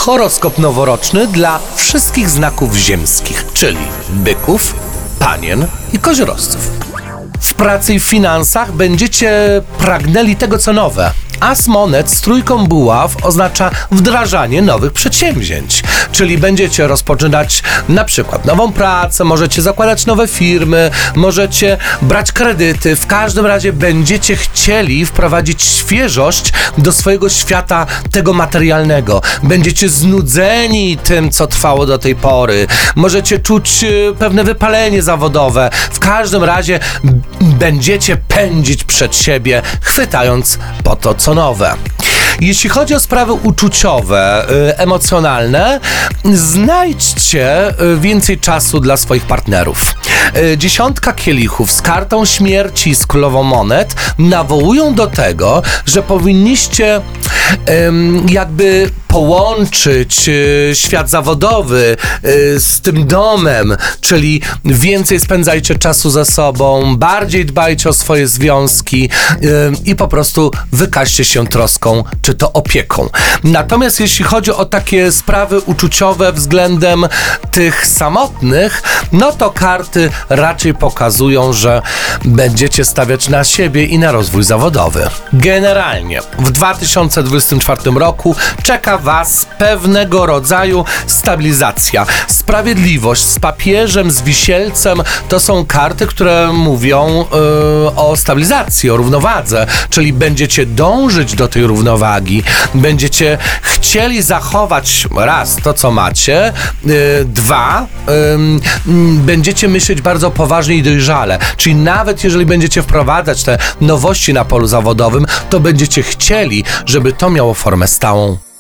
Horoskop noworoczny dla wszystkich znaków ziemskich, czyli byków, panien i koziorożców. W pracy i w finansach będziecie pragnęli tego, co nowe. As monet z trójką buław oznacza wdrażanie nowych przedsięwzięć, czyli będziecie rozpoczynać na przykład nową pracę, możecie zakładać nowe firmy, możecie brać kredyty, w każdym razie będziecie chcieli wprowadzić świeżość do swojego świata tego materialnego. Będziecie znudzeni tym, co trwało do tej pory, możecie czuć pewne wypalenie zawodowe, w każdym razie będziecie pędzić przed siebie, chwytając po to, co nowe. Jeśli chodzi o sprawy uczuciowe, emocjonalne, znajdźcie więcej czasu dla swoich partnerów. Dziesiątka kielichów z kartą śmierci i z królową monet nawołują do tego, że powinniście jakby połączyć świat zawodowy z tym domem, czyli więcej spędzajcie czasu ze sobą, bardziej dbajcie o swoje związki i po prostu wykażcie się troską czy to opieką. Natomiast jeśli chodzi o takie sprawy uczuciowe względem tych samotnych, no to karty raczej pokazują, że będziecie stawiać na siebie i na rozwój zawodowy. Generalnie w 2024 roku czeka Was pewnego rodzaju stabilizacja. Sprawiedliwość z papieżem, z wisielcem to są karty, które mówią o stabilizacji, o równowadze, czyli będziecie dążyć do tej równowagi, będziecie chcieli zachować raz to, co macie, dwa, będziecie myśleć bardzo poważnie i dojrzale, czyli nawet jeżeli będziecie wprowadzać te nowości na polu zawodowym, to będziecie chcieli, żeby to miało formę stałą.